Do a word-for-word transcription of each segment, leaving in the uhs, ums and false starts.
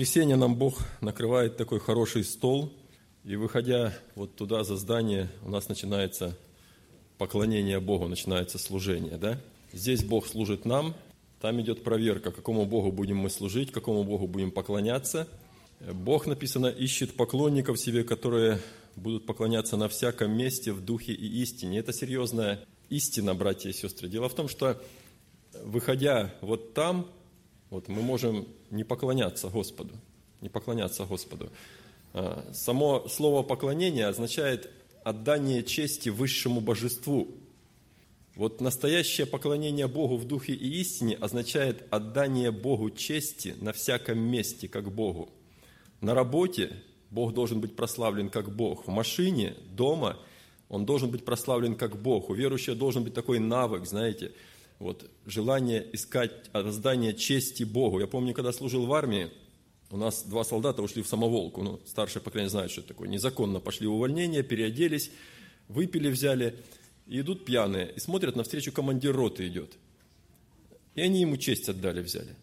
воскресенье нам Бог накрывает такой хороший стол, и выходя вот туда за здание, у нас начинается поклонение Богу, начинается служение, да? Здесь Бог служит нам, там идет проверка, какому Богу будем мы служить, какому Богу будем поклоняться. Бог, написано, ищет поклонников себе, которые будут поклоняться на всяком месте в духе и истине. Это серьезная истина, братья и сестры. Дело в том, что, выходя вот там, вот мы можем не поклоняться Господу, не поклоняться Господу. Само слово «поклонение» означает отдание чести высшему божеству. Вот настоящее поклонение Богу в духе и истине означает отдание Богу чести на всяком месте, как Богу. На работе Бог должен быть прославлен как Бог. В машине, дома Он должен быть прославлен как Бог. У верующего должен быть такой навык, знаете, вот, желание искать воздание чести Богу. Я помню, когда служил в армии, у нас два солдата ушли в самоволку. Ну, старшее поколение знает, что это такое. Незаконно пошли в увольнение, переоделись, выпили, взяли, и идут пьяные, и смотрят, навстречу командир роты идет. И они ему честь отдали, взяли.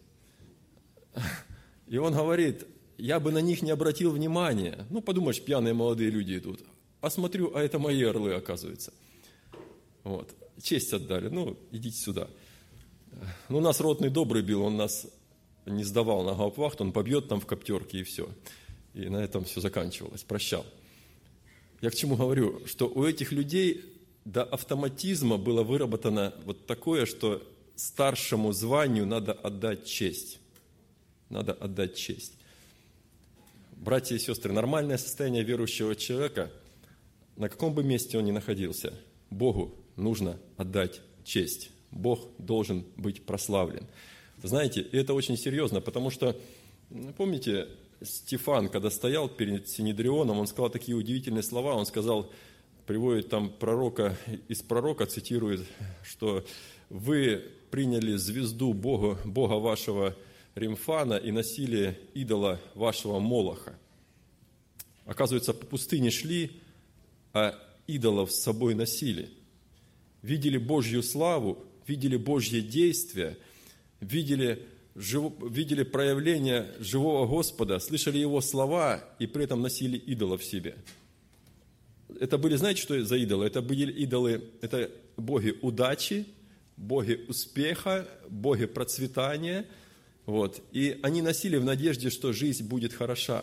И он говорит: я бы на них не обратил внимания. Ну, подумаешь, пьяные молодые люди идут. А смотрю, а это мои орлы, оказывается. Вот. Честь отдали. Ну, идите сюда. Ну, у нас ротный добрый был, он нас не сдавал на гауптвахту, он побьет там в коптерке и все. И на этом все заканчивалось. Прощал. Я к чему говорю? Что у этих людей до автоматизма было выработано вот такое, что старшему званию надо отдать честь. Надо отдать честь. Братья и сестры, нормальное состояние верующего человека, на каком бы месте он ни находился, Богу нужно отдать честь. Бог должен быть прославлен. Знаете, это очень серьезно, потому что, помните, Стефан, когда стоял перед Синедрионом, он сказал такие удивительные слова, он сказал, приводит там пророка, из пророка цитирует, что вы приняли звезду Бога, Бога вашего Римфана и носили идола вашего Молоха. Оказывается, по пустыне шли, а идолов с собой носили. Видели Божью славу, видели Божье действие, видели, жив... видели проявление живого Господа, слышали Его слова и при этом носили идолов в себе. Это были, знаете, что за идолы? Это были идолы, это боги удачи, боги успеха, боги процветания. Вот. И они носили в надежде, что жизнь будет хороша.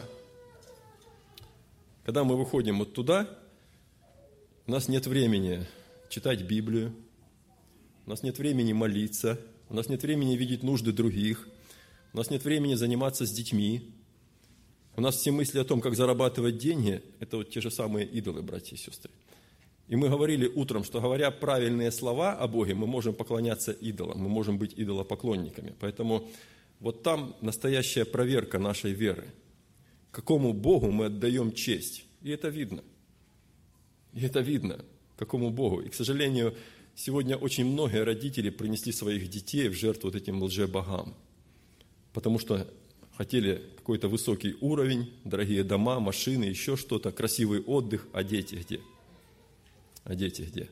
Когда мы выходим вот туда, у нас нет времени читать Библию, у нас нет времени молиться, у нас нет времени видеть нужды других, у нас нет времени заниматься с детьми. У нас все мысли о том, как зарабатывать деньги, это вот те же самые идолы, братья и сестры. И мы говорили утром, что говоря правильные слова о Боге, мы можем поклоняться идолам, мы можем быть идолопоклонниками. Поэтому вот там настоящая проверка нашей веры. Какому Богу мы отдаем честь? И это видно. И это видно, какому Богу. И, к сожалению, сегодня очень многие родители принесли своих детей в жертву вот этим лжебогам. Потому что хотели какой-то высокий уровень, дорогие дома, машины, еще что-то, красивый отдых, а дети где? А дети где?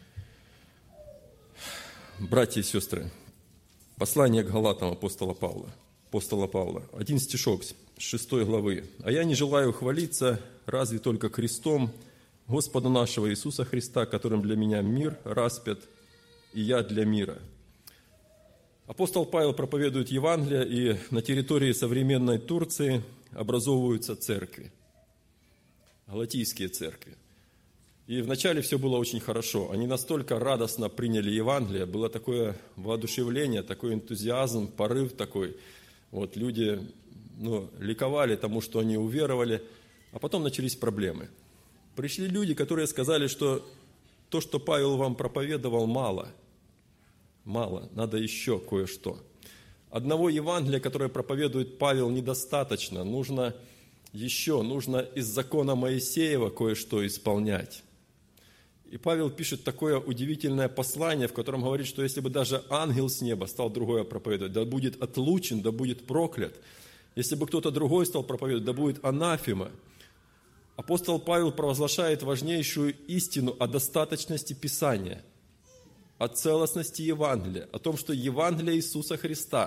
Братья и сестры, послание к Галатам апостола Павла. Апостола Павла. Один стишок с шестой главы. «А я не желаю хвалиться, разве только крестом Господа нашего Иисуса Христа, которым для меня мир распят, и я для мира». Апостол Павел проповедует Евангелие, и на территории современной Турции образовываются церкви, галатийские церкви. И вначале все было очень хорошо. Они настолько радостно приняли Евангелие, было такое воодушевление, такой энтузиазм, порыв такой. Вот люди ну, ликовали тому, что они уверовали, а потом начались проблемы. Пришли люди, которые сказали, что то, что Павел вам проповедовал, мало. Мало, надо еще кое-что. Одного Евангелия, которое проповедует Павел, недостаточно. Нужно еще, нужно из закона Моисеева кое-что исполнять. И Павел пишет такое удивительное послание, в котором говорит, что если бы даже ангел с неба стал другое проповедовать, да будет отлучен, да будет проклят. Если бы кто-то другой стал проповедовать, да будет анафема. Апостол Павел провозглашает важнейшую истину о достаточности Писания, о целостности Евангелия, о том, что Евангелие Иисуса Христа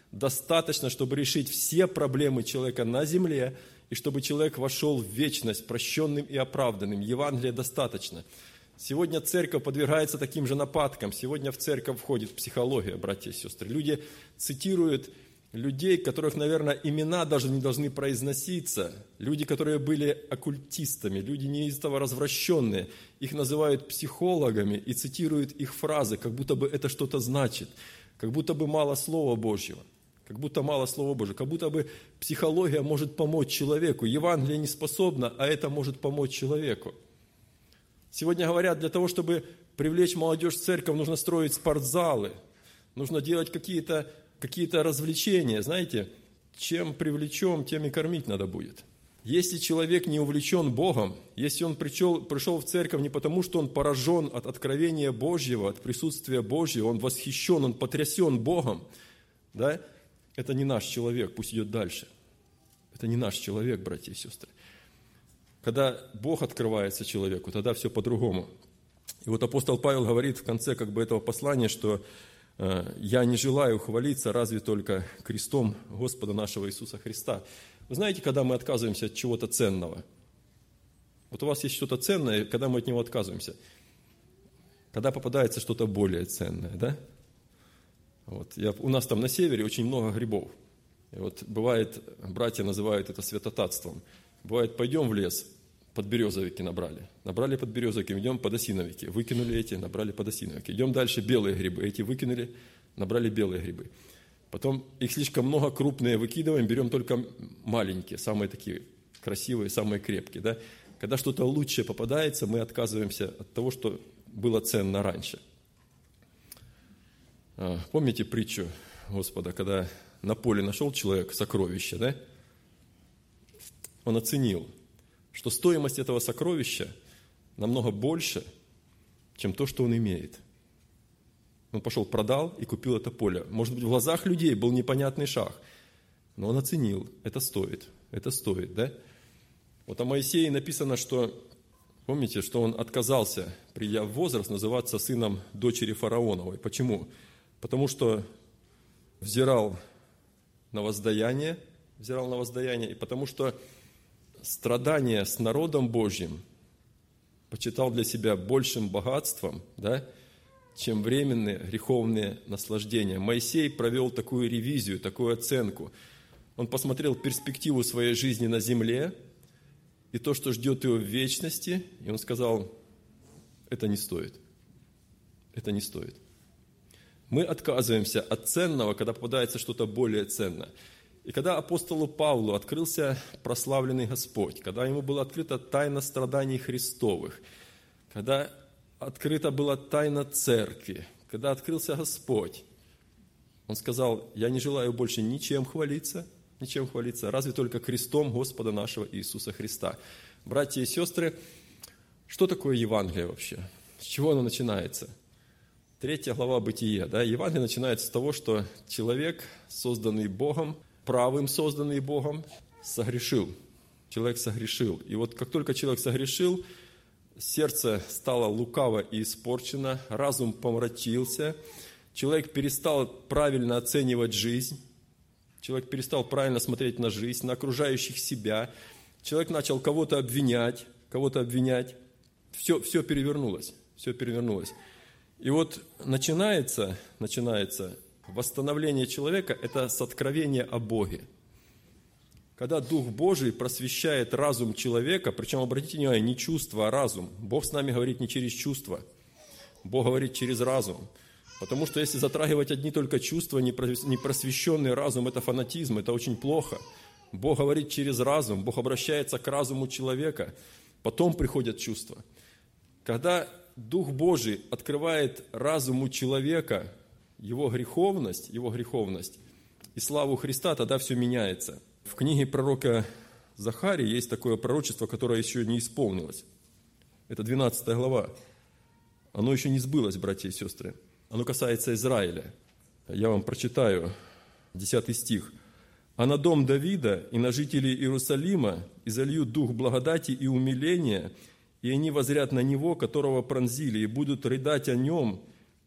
достаточно, чтобы решить все проблемы человека на земле, и чтобы человек вошел в вечность прощенным и оправданным. Евангелия достаточно. Сегодня церковь подвергается таким же нападкам. Сегодня в церковь входит психология, братья и сестры. Люди цитируют людей, которых, наверное, имена даже не должны произноситься. Люди, которые были оккультистами, люди неистово развращенные. Их называют психологами и цитируют их фразы, как будто бы это что-то значит. Как будто бы мало Слова Божьего. Как будто мало Слова Божьего. Как будто бы психология может помочь человеку. Евангелие не способно, а это может помочь человеку. Сегодня говорят, для того, чтобы привлечь молодежь в церковь, нужно строить спортзалы. Нужно делать какие-то какие-то развлечения. Знаете, чем привлечем, тем и кормить надо будет. Если человек не увлечен Богом, если он пришел, пришел в церковь не потому, что он поражен от откровения Божьего, от присутствия Божьего, он восхищен, он потрясен Богом, да, это не наш человек, пусть идет дальше. Это не наш человек, братья и сестры. Когда Бог открывается человеку, тогда все по-другому. И вот апостол Павел говорит в конце как бы этого послания, что э, «Я не желаю хвалиться разве только крестом Господа нашего Иисуса Христа». Вы знаете, когда мы отказываемся от чего-то ценного? Вот у вас есть что-то ценное, когда мы от него отказываемся? Когда попадается что-то более ценное, да? Вот. Я, у нас там на севере очень много грибов. И вот бывает, братья называют это святотатством. Бывает, пойдем в лес, подберезовики набрали. Набрали подберезовики, идем подосиновики. Выкинули эти, набрали подосиновики. Идем дальше, белые грибы. Эти выкинули, набрали белые грибы. Потом их слишком много, крупные выкидываем, берем только маленькие, самые такие красивые, самые крепкие. Да? Когда что-то лучшее попадается, мы отказываемся от того, что было ценно раньше. Помните притчу Господа, когда на поле нашел человек сокровище, да? Он оценил, что стоимость этого сокровища намного больше, чем то, что он имеет. Он пошел, продал и купил это поле. Может быть, в глазах людей был непонятный шаг, но он оценил, это стоит, это стоит, да? Вот о Моисее написано, что, помните, что он отказался, придя в возраст, называться сыном дочери фараоновой. Почему? Потому что взирал на воздаяние, взирал на воздаяние, и потому что страдание с народом Божьим почитал для себя большим богатством, да, чем временные греховные наслаждения. Моисей провел такую ревизию, такую оценку. Он посмотрел перспективу своей жизни на земле и то, что ждет его в вечности, и он сказал, это не стоит, это не стоит. Мы отказываемся от ценного, когда попадается что-то более ценное. И когда апостолу Павлу открылся прославленный Господь, когда ему была открыта тайна страданий Христовых, когда открыта была тайна Церкви, когда открылся Господь, он сказал, я не желаю больше ничем хвалиться, ничем хвалиться, разве только крестом Господа нашего Иисуса Христа. Братья и сестры, что такое Евангелие вообще? С чего оно начинается? Третья глава Бытия. Да? Евангелие начинается с того, что человек, созданный Богом, правым созданный Богом, согрешил. Человек согрешил. И вот как только человек согрешил, сердце стало лукаво и испорчено, разум помрачился, человек перестал правильно оценивать жизнь, человек перестал правильно смотреть на жизнь, на окружающих себя, человек начал кого-то обвинять, кого-то обвинять. Все, все перевернулось, все перевернулось. И вот начинается, начинается восстановление человека, это с откровения о Боге. Когда Дух Божий просвещает разум человека, причем, обратите внимание, не чувство, а разум. Бог с нами говорит не через чувства, Бог говорит через разум. Потому что если затрагивать одни только чувства, непросвещенный разум, это фанатизм, это очень плохо. Бог говорит через разум, Бог обращается к разуму человека, потом приходят чувства. Когда Дух Божий открывает разуму человека его греховность, его греховность и славу Христа, тогда все меняется. В книге пророка Захарии есть такое пророчество, которое еще не исполнилось. Это двенадцатая глава. Оно еще не сбылось, братья и сестры. Оно касается Израиля. Я вам прочитаю десятый стих. «А на дом Давида и на жителей Иерусалима изольют дух благодати и умиления, и они воззрят на него, которого пронзили, и будут рыдать о нем,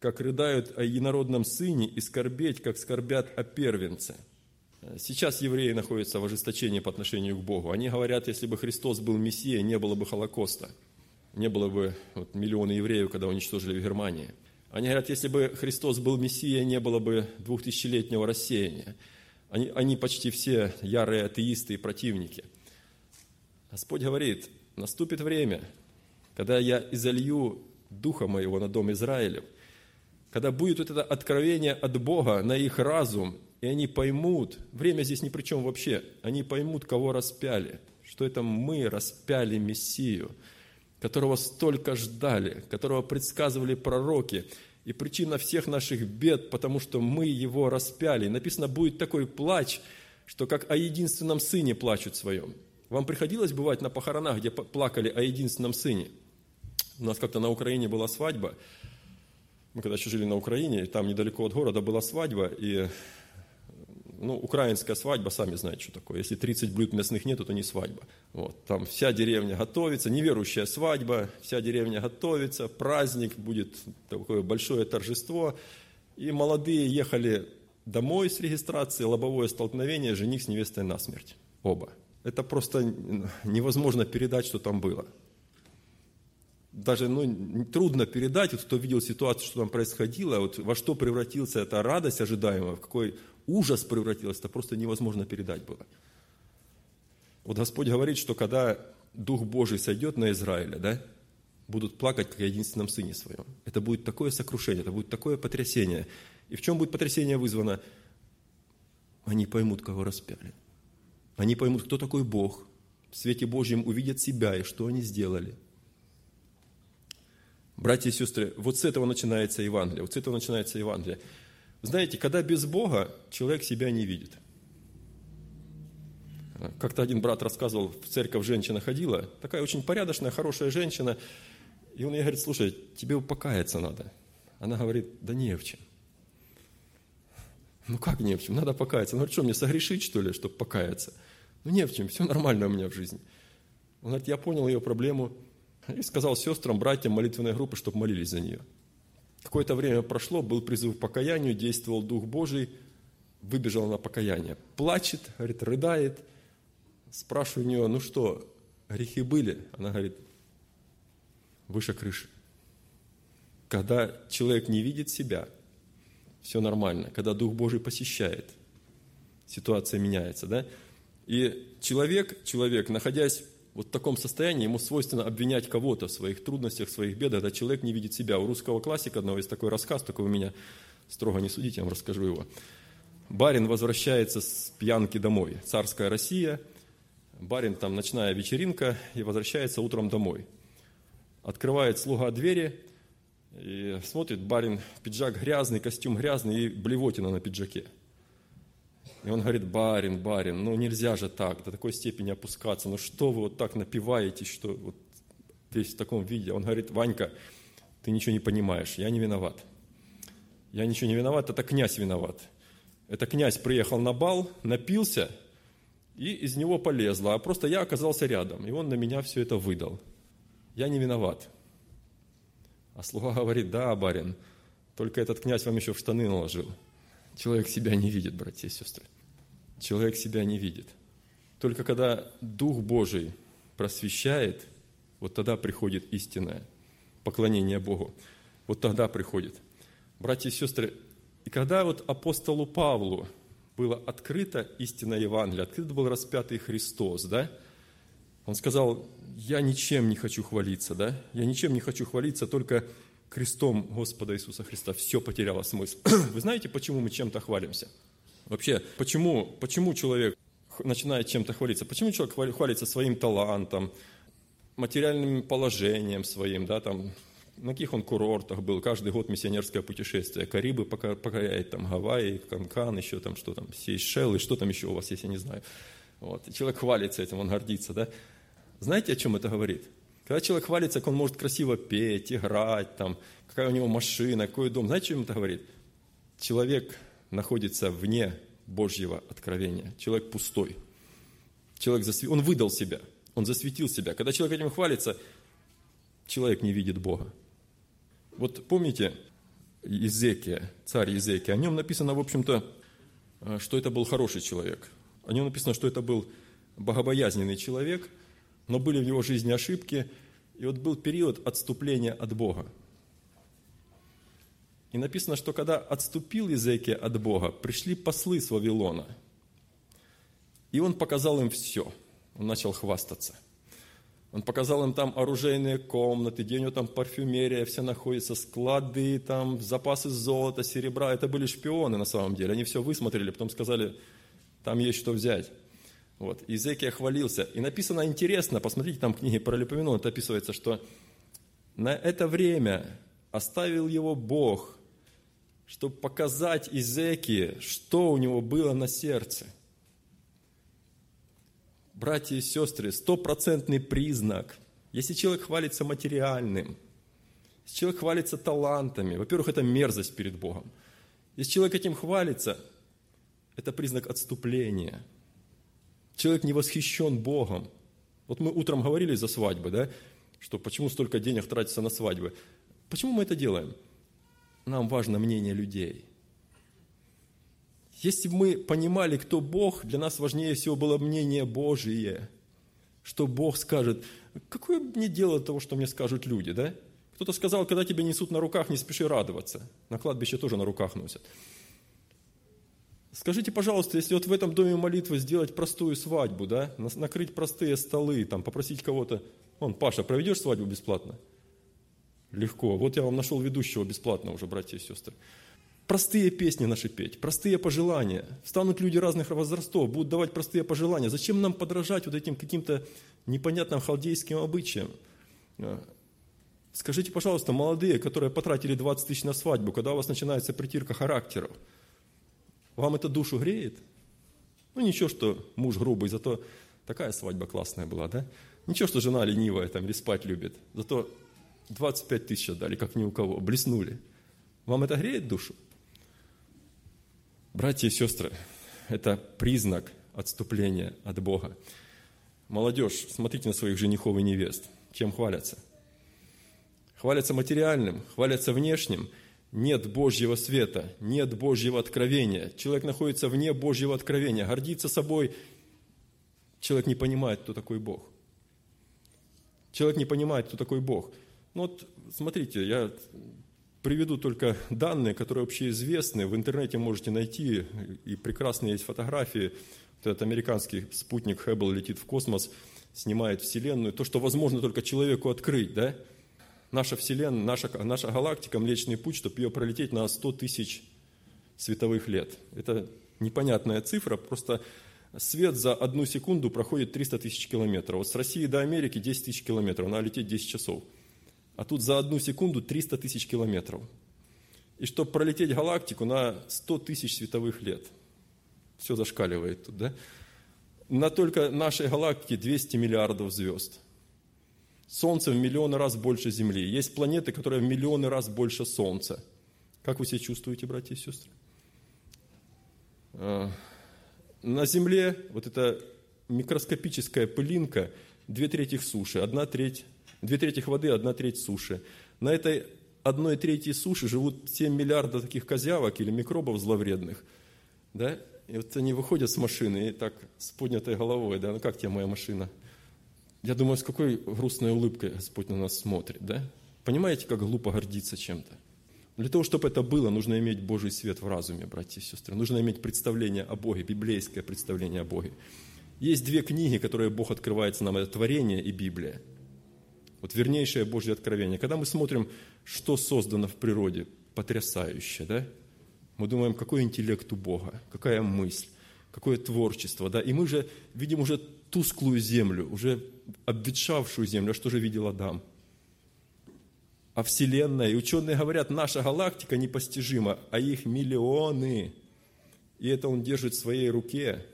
как рыдают о единородном сыне, и скорбеть, как скорбят о первенце». Сейчас евреи находятся в ожесточении по отношению к Богу. Они говорят, если бы Христос был Мессией, не было бы Холокоста. Не было бы вот, миллиона евреев, когда уничтожили в Германии. Они говорят, если бы Христос был Мессией, не было бы двухтысячелетнего рассеяния. Они, они почти все ярые атеисты и противники. Господь говорит, наступит время, когда я изолью Духа Моего на дом Израилев, когда будет вот это откровение от Бога на их разум, и они поймут, время здесь ни при чем вообще, они поймут, кого распяли, что это мы распяли Мессию, которого столько ждали, которого предсказывали пророки, и причина всех наших бед, потому что мы его распяли. И написано, будет такой плач, что как о единственном сыне плачут своем. Вам приходилось бывать на похоронах, где плакали о единственном сыне? У нас как-то на Украине была свадьба. Мы когда еще жили на Украине, там недалеко от города была свадьба, и ну, украинская свадьба, сами знаете, что такое. Если тридцать блюд мясных нету, то не свадьба. Вот, там вся деревня готовится, неверующая свадьба, вся деревня готовится, праздник, будет такое большое торжество. И молодые ехали домой с регистрации, лобовое столкновение, жених с невестой насмерть. Оба. Это просто невозможно передать, что там было. Даже ну, трудно передать, вот, кто видел ситуацию, что там происходило, вот, во что превратился эта радость ожидаемая, в какой ужас превратилась, это просто невозможно передать было. Вот Господь говорит, что когда Дух Божий сойдет на Израиля, да, будут плакать, как о единственном сыне своем. Это будет такое сокрушение, это будет такое потрясение. И в чем будет потрясение вызвано? Они поймут, кого распяли. Они поймут, кто такой Бог. В свете Божьем увидят себя и что они сделали. Братья и сестры, вот с этого начинается Евангелие. Вот с этого начинается Евангелие. Знаете, когда без Бога человек себя не видит. Как-то один брат рассказывал, в церковь женщина ходила, такая очень порядочная, хорошая женщина, и он ей говорит, слушай, тебе покаяться надо. Она говорит, да не в чем. Ну как не в чем? Надо покаяться. Ну что, мне согрешить, что ли, чтобы покаяться? Ну не в чем, все нормально у меня в жизни. Он говорит, я понял ее проблему и сказал сестрам, братьям молитвенной группы, чтобы молились за нее. Какое-то время прошло, был призыв к покаянию, действовал Дух Божий, выбежала на покаяние. Плачет, говорит, рыдает. Спрашиваю у нее, ну что, грехи были? Она говорит, выше крыши. Когда человек не видит себя, все нормально. Когда Дух Божий посещает, ситуация меняется, да? И человек, человек, находясь вот в таком состоянии, ему свойственно обвинять кого-то в своих трудностях, в своих бедах, когда человек не видит себя. У русского классика одного есть такой рассказ, только вы меня строго не судите, я вам расскажу его. Барин возвращается с пьянки домой. Царская Россия. Барин, там ночная вечеринка, и возвращается утром домой. Открывает слуга двери, и смотрит, барин, пиджак грязный, костюм грязный, и блевотина на пиджаке. И он говорит, барин, барин, ну нельзя же так, до такой степени опускаться, ну что вы вот так напиваетесь, что вот весь в таком виде. Он говорит, Ванька, ты ничего не понимаешь, я не виноват. Я ничего не виноват, это князь виноват. Это князь приехал на бал, напился, и из него полезло, а просто я оказался рядом, и он на меня все это выдал. Я не виноват. А слуга говорит, да, барин, только этот князь вам еще в штаны наложил. Человек себя не видит, братья и сестры. Человек себя не видит. Только когда Дух Божий просвещает, вот тогда приходит истинное поклонение Богу. Вот тогда приходит. Братья и сестры, и когда вот апостолу Павлу было открыто истинное Евангелие, открыт был распятый Христос, да? Он сказал, я ничем не хочу хвалиться, да? Я ничем не хочу хвалиться, только крестом Господа Иисуса Христа. Все потеряло смысл. Вы знаете, почему мы чем-то хвалимся? Вообще, почему, почему человек начинает чем-то хвалиться? Почему человек хвалится своим талантом, материальным положением своим, да, там, на каких он курортах был, каждый год миссионерское путешествие, Карибы покоряет, там, Гавайи, Канкан, еще там, что там, Сейшелы, что там еще у вас есть, я не знаю. Вот. И человек хвалится этим, он гордится, да? Знаете, о чем это говорит? Когда человек хвалится, как он может красиво петь, играть, там, какая у него машина, какой дом. Знаете, о чем это говорит? Человек находится вне Божьего откровения. Человек пустой. Человек засв... Он выдал себя, он засветил себя. Когда человек этим хвалится, человек не видит Бога. Вот помните, Иезекия, царь Иезекия. О нем написано, в общем-то, что это был хороший человек. О нем написано, что это был богобоязненный человек, но были в его жизни ошибки. И вот был период отступления от Бога. И написано, что когда отступил Иезекия от Бога, пришли послы с Вавилона. И он показал им все. Он начал хвастаться. Он показал им там оружейные комнаты, где у него там парфюмерия, вся находится, склады, там запасы золота, серебра. Это были шпионы на самом деле. Они все высмотрели, потом сказали, там есть что взять. Вот. Иезекия хвалился. И написано интересно, посмотрите, там в книге Паралипоменон это описывается, что на это время оставил его Бог, чтобы показать Иезекии, что у него было на сердце. Братья и сестры, стопроцентный признак. Если человек хвалится материальным, если человек хвалится талантами, во-первых, это мерзость перед Богом. Если человек этим хвалится, это признак отступления. Человек не восхищен Богом. Вот мы утром говорили за свадьбы, да, что почему столько денег тратится на свадьбы. Почему мы это делаем? Нам важно мнение людей. Если бы мы понимали, кто Бог, для нас важнее всего было мнение Божие. Что Бог скажет. Какое мне дело того, что мне скажут люди, да? Кто-то сказал, когда тебя несут на руках, не спеши радоваться. На кладбище тоже на руках носят. Скажите, пожалуйста, если вот в этом доме молитвы сделать простую свадьбу, да, накрыть простые столы, там, попросить кого-то, вон, Паша, проведешь свадьбу бесплатно? Легко. Вот я вам нашел ведущего бесплатно уже, братья и сестры. Простые песни наши петь, простые пожелания. Встанут люди разных возрастов, будут давать простые пожелания. Зачем нам подражать вот этим каким-то непонятным халдейским обычаям? Скажите, пожалуйста, молодые, которые потратили двадцать тысяч на свадьбу, когда у вас начинается притирка характеров, вам это душу греет? Ну, ничего, что муж грубый, зато такая свадьба классная была, да? Ничего, что жена ленивая там или спать любит, зато двадцать пять тысяч отдали, как ни у кого, блеснули. Вам это греет душу? Братья и сестры, это признак отступления от Бога. Молодежь, смотрите на своих женихов и невест. Чем хвалятся? Хвалятся материальным, хвалятся внешним. Нет Божьего света, нет Божьего откровения. Человек находится вне Божьего откровения, гордится собой. Человек не понимает, кто такой Бог. Человек не понимает, кто такой Бог. Ну вот, смотрите, я приведу только данные, которые общеизвестны. В интернете можете найти, и прекрасные есть фотографии. Вот этот американский спутник Хаббл летит в космос, снимает Вселенную. То, что возможно только человеку открыть, да? Наша Вселенная, наша, наша галактика, Млечный Путь, чтобы ее пролететь на сто тысяч световых лет. Это непонятная цифра, просто свет за одну секунду проходит триста тысяч километров. Вот с России до Америки десять тысяч километров, надо лететь десять часов. А тут за одну секунду триста тысяч километров. И чтобы пролететь галактику на сто тысяч световых лет. Все зашкаливает тут, да? На только нашей галактике двести миллиардов звезд. Солнце в миллионы раз больше Земли. Есть планеты, которые в миллионы раз больше Солнца. Как вы себя чувствуете, братья и сестры? На Земле вот эта микроскопическая пылинка, две трети суши, одна треть, две трети воды, одна треть суши. На этой одной трети суши живут семь миллиардов таких козявок или микробов зловредных. Да? И вот они выходят с машины и так с поднятой головой, да, ну как тебе моя машина? Я думаю, с какой грустной улыбкой Господь на нас смотрит, да? Понимаете, как глупо гордиться чем-то? Для того, чтобы это было, нужно иметь Божий свет в разуме, братья и сестры. Нужно иметь представление о Боге, библейское представление о Боге. Есть две книги, которые Бог открывается нам, это Творение и Библия. Вот вернейшее Божье откровение. Когда мы смотрим, что создано в природе, потрясающе, да? Мы думаем, какой интеллект у Бога, какая мысль, какое творчество, да? И мы же видим уже тусклую землю, уже обветшавшую землю. А что же видел Адам? А Вселенная, и ученые говорят, наша галактика непостижима, а их миллионы. И это он держит в своей руке.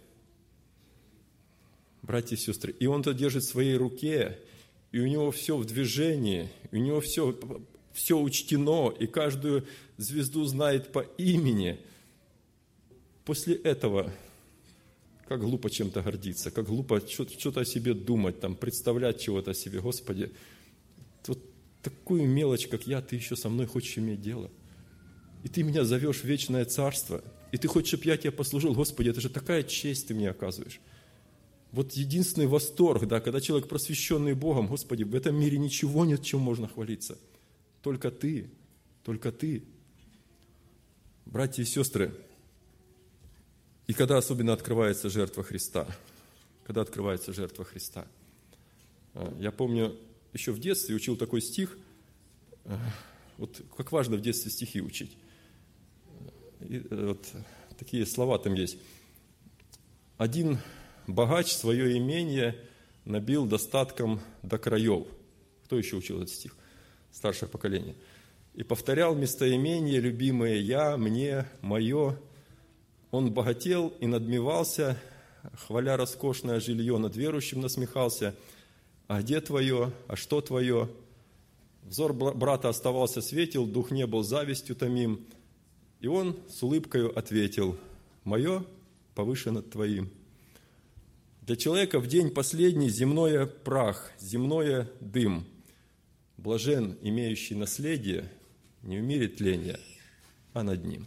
Братья и сестры, и он это держит в своей руке, и у него все в движении, и у него все, все учтено, и каждую звезду знает по имени. После этого, как глупо чем-то гордиться, как глупо что-то о себе думать, там, представлять чего-то о себе. Господи, вот такую мелочь, как я, ты еще со мной хочешь иметь дело? И ты меня зовешь в вечное царство. И ты хочешь, чтобы я тебе послужил. Господи, это же такая честь ты мне оказываешь. Вот единственный восторг, да, когда человек просвещенный Богом, Господи, в этом мире ничего нет, чем можно хвалиться. Только Ты, только Ты. Братья и сестры, и когда особенно открывается жертва Христа, когда открывается жертва Христа. Я помню, еще в детстве учил такой стих, вот как важно в детстве стихи учить. И вот такие слова там есть. Один богач свое имение набил достатком до краев. Кто еще учил этот стих? Старшее поколение. И повторял местоимение любимое я, мне, мое. Он богател и надмевался, хваля роскошное жилье, над верующим насмехался. А где твое? А что твое? Взор брата оставался светел, дух не был завистью томим. И он с улыбкою ответил: мое повыше над твоим. Для человека в день последний земное прах, земное дым. Блажен, имеющий наследие, не в мире тления, а над ним.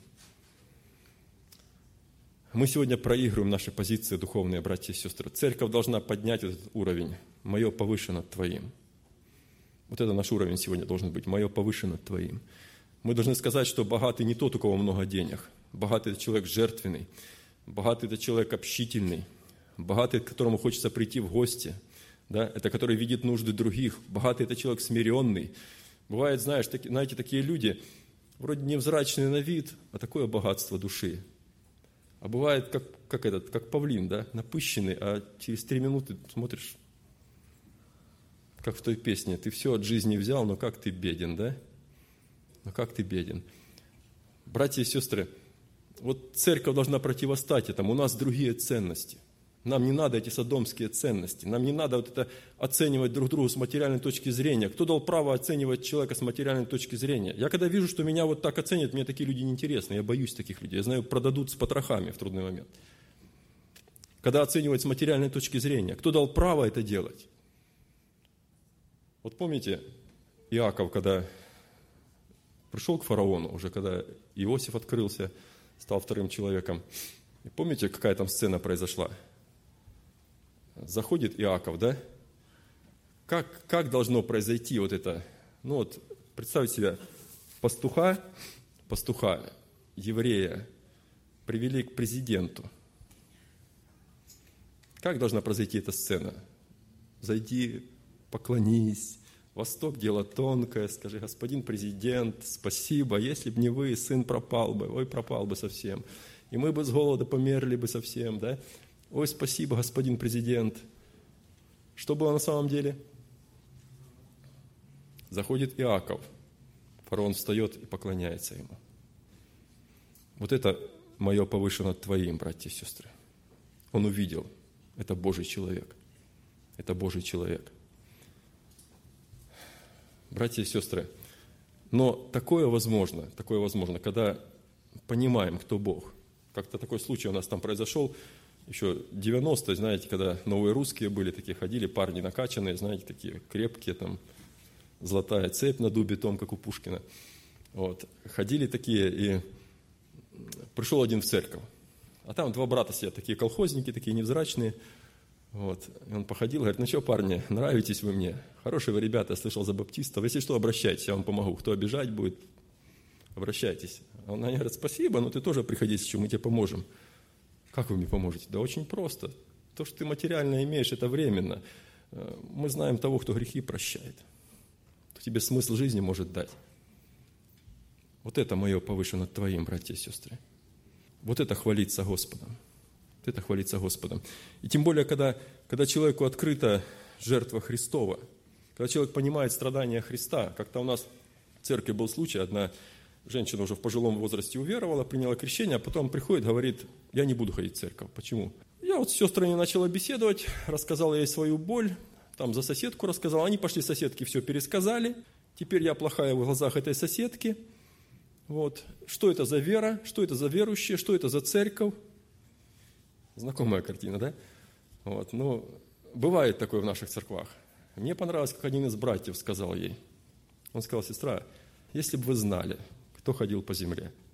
Мы сегодня проигрываем наши позиции духовные, братья и сестры. Церковь должна поднять этот уровень. Мое повыше над твоим. Вот это наш уровень сегодня должен быть. Мое повыше над твоим. Мы должны сказать, что богатый не тот, у кого много денег. Богатый – это человек жертвенный. Богатый – это человек общительный. Богатый, к которому хочется прийти в гости, да, это который видит нужды других. Богатый – это человек смиренный. Бывает, знаешь, таки, знаете, такие люди, вроде невзрачные на вид, а такое богатство души. А бывает, как, как этот, как павлин, да, напыщенный, а через три минуты смотришь, как в той песне, ты все от жизни взял, но как ты беден, да? Но как ты беден. Братья и сестры, вот церковь должна противостать этому, у нас другие ценности. Нам не надо эти содомские ценности. Нам не надо вот это оценивать друг друга с материальной точки зрения. Кто дал право оценивать человека с материальной точки зрения? Я когда вижу, что меня вот так оценят, мне такие люди неинтересны. Я боюсь таких людей. Я знаю, продадут с потрохами в трудный момент. Когда оценивать с материальной точки зрения. Кто дал право это делать? Вот помните, Иаков, когда пришел к фараону, уже когда Иосиф открылся, стал вторым человеком. И помните, какая там сцена произошла? Заходит Иаков, да? Как, как должно произойти вот это? Ну вот, представьте себе, пастуха, пастуха, еврея, привели к президенту. Как должна произойти эта сцена? Зайди, поклонись, Восток дело тонкое, скажи: господин президент, спасибо, если бы не вы, сын пропал бы, ой, пропал бы совсем. И мы бы с голода померли бы совсем, да? Ой, спасибо, господин президент. Что было на самом деле? Заходит Иаков. Фараон встает и поклоняется ему. Вот это мое повыше над твоим, братья и сестры. Он увидел. Это Божий человек. Это Божий человек. Братья и сестры, но такое возможно, такое возможно, когда понимаем, кто Бог. Как-то такой случай у нас там произошел, еще девяностые, знаете, когда новые русские были, такие ходили, парни накачанные, знаете, такие крепкие, там, золотая цепь на дубе том, как у Пушкина. Вот. Ходили такие, и пришел один в церковь, а там два брата сидят, такие колхозники, такие невзрачные. Вот. И он походил, говорит: ну что, парни, нравитесь вы мне, хорошие вы ребята, я слышал за баптистов, если что, обращайтесь, я вам помогу, кто обижать будет, обращайтесь. А он говорит: спасибо, но ты тоже приходи, с чем мы тебе поможем. Как вы мне поможете? Да очень просто. То, что ты материально имеешь, это временно. Мы знаем того, кто грехи прощает, кто тебе смысл жизни может дать. Вот это мое повыше над твоим, братья и сестры. Вот это хвалиться Господом. Вот это хвалиться Господом. И тем более, когда, когда человеку открыта жертва Христова, когда человек понимает страдания Христа. Как-то у нас в церкви был случай, одна женщина уже в пожилом возрасте уверовала, приняла крещение, а потом приходит, говорит: я не буду ходить в церковь. Почему? Я вот с сестрами начала беседовать, рассказала ей свою боль, там за соседку рассказала, они пошли соседке, все пересказали, теперь я плохая в глазах этой соседки. Вот. Что это за вера, что это за верующие, что это за церковь? Знакомая картина, да? Вот. Ну, бывает такое в наших церквах. Мне понравилось, как один из братьев сказал ей. Он сказал: сестра, если бы вы знали, кто ходил по земле,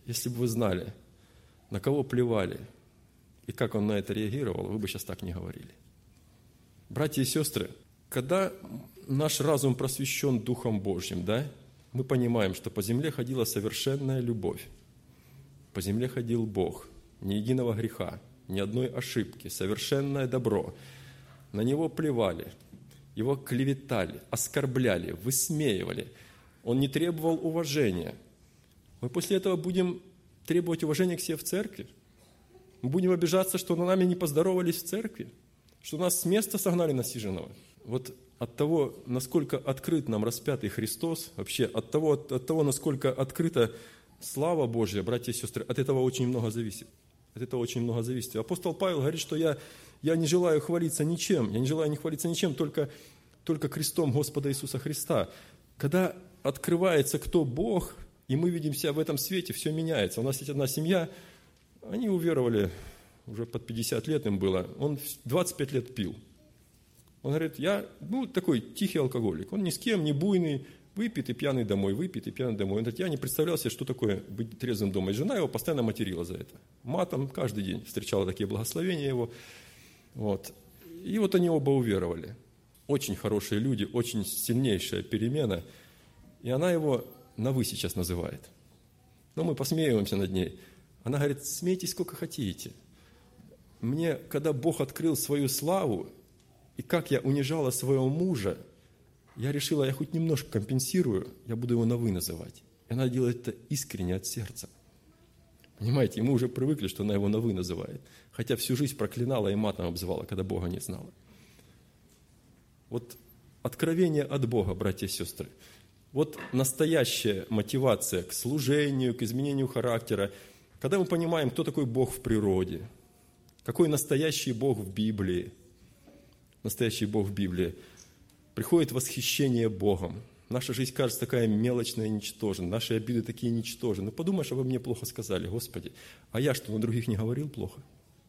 Если бы вы знали, на кого плевали и как он на это реагировал, вы бы сейчас так не говорили. Братья и сестры, когда наш разум просвещен Духом Божьим, да, мы понимаем, что по земле ходила совершенная любовь. По земле ходил Бог, ни единого греха, ни одной ошибки, совершенное добро. На Него плевали, Его клеветали, оскорбляли, высмеивали. Он не требовал уважения. Мы после этого будем требовать уважения к себе в церкви. Мы будем обижаться, что на нами не поздоровались в церкви, что нас с места согнали насиженного. Вот от того, насколько открыт нам распятый Христос, вообще от того, от, от того, насколько открыта слава Божья, братья и сестры, от этого очень много зависит. От этого очень много зависит. Апостол Павел говорит, что я, я не желаю хвалиться ничем, я не желаю не хвалиться ничем, только, только крестом Господа Иисуса Христа. Когда открывается, кто Бог, и мы видим себя в этом свете, все меняется. У нас есть одна семья, они уверовали, уже под пятьдесят лет им было, он двадцать пять лет пил. Он говорит, я ну, такой тихий алкоголик, он ни с кем, не буйный, выпит и пьяный домой, выпит и пьяный домой. Он говорит, я не представлял себе, что такое быть трезвым дома. И жена его постоянно материла за это. Матом каждый день встречала такие благословения его. Вот. И вот они оба уверовали. Очень хорошие люди, очень сильнейшая перемена. И она его на «вы» сейчас называет. Но мы посмеиваемся над ней. Она говорит, смейтесь сколько хотите. Мне, когда Бог открыл свою славу, и как я унижала своего мужа, я решила, я хоть немножко компенсирую, я буду его на «вы» называть. И она делает это искренне от сердца. Понимаете, и мы уже привыкли, что она его на «вы» называет. Хотя всю жизнь проклинала и матом обзывала, когда Бога не знала. Вот откровение от Бога, братья и сестры. Вот настоящая мотивация к служению, к изменению характера, когда мы понимаем, кто такой Бог в природе, какой настоящий Бог в Библии, настоящий Бог в Библии, приходит восхищение Богом. Наша жизнь кажется такая мелочная и ничтожная, наши обиды такие ничтожные. Ну подумаешь, а вы мне плохо сказали, Господи, а я что, на других не говорил плохо?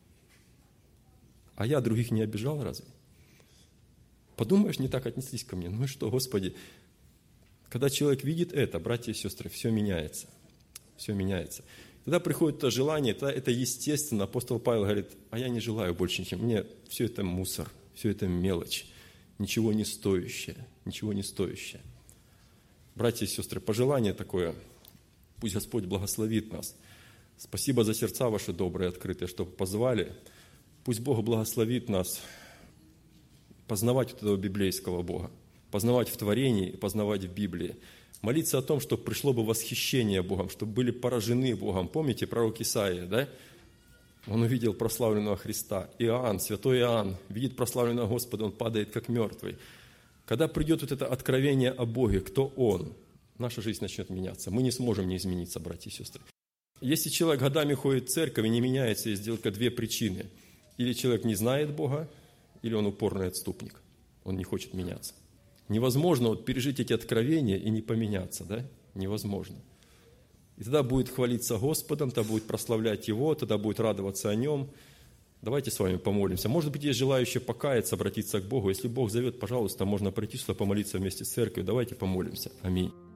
А я других не обижал разве? Подумаешь, не так отнеслись ко мне. Ну и что, Господи? Когда человек видит это, братья и сестры, все меняется. Все меняется. Тогда приходит это желание, это, это естественно. Апостол Павел говорит, а я не желаю больше ничем. Мне все это мусор, все это мелочь, ничего не стоящее, ничего не стоящее. Братья и сестры, пожелание такое, пусть Господь благословит нас. Спасибо за сердца ваши добрые, открытые, что позвали. Пусть Бог благословит нас познавать вот этого библейского Бога, познавать в творении и познавать в Библии. Молиться о том, чтобы пришло бы восхищение Богом, чтобы были поражены Богом. Помните пророк Исаия, да? Он увидел прославленного Христа. Иоанн, святой Иоанн, видит прославленного Господа, он падает как мертвый. Когда придет вот это откровение о Боге, кто Он, наша жизнь начнет меняться. Мы не сможем не измениться, братья и сестры. Если человек годами ходит в церковь и не меняется, есть только две причины. Или человек не знает Бога, или он упорный отступник. Он не хочет меняться. Невозможно вот пережить эти откровения и не поменяться, да? Невозможно. И тогда будет хвалиться Господом, тогда будет прославлять Его, тогда будет радоваться о Нем. Давайте с вами помолимся. Может быть, есть желающие покаяться, обратиться к Богу. Если Бог зовет, пожалуйста, можно прийти сюда помолиться вместе с церковью. Давайте помолимся. Аминь.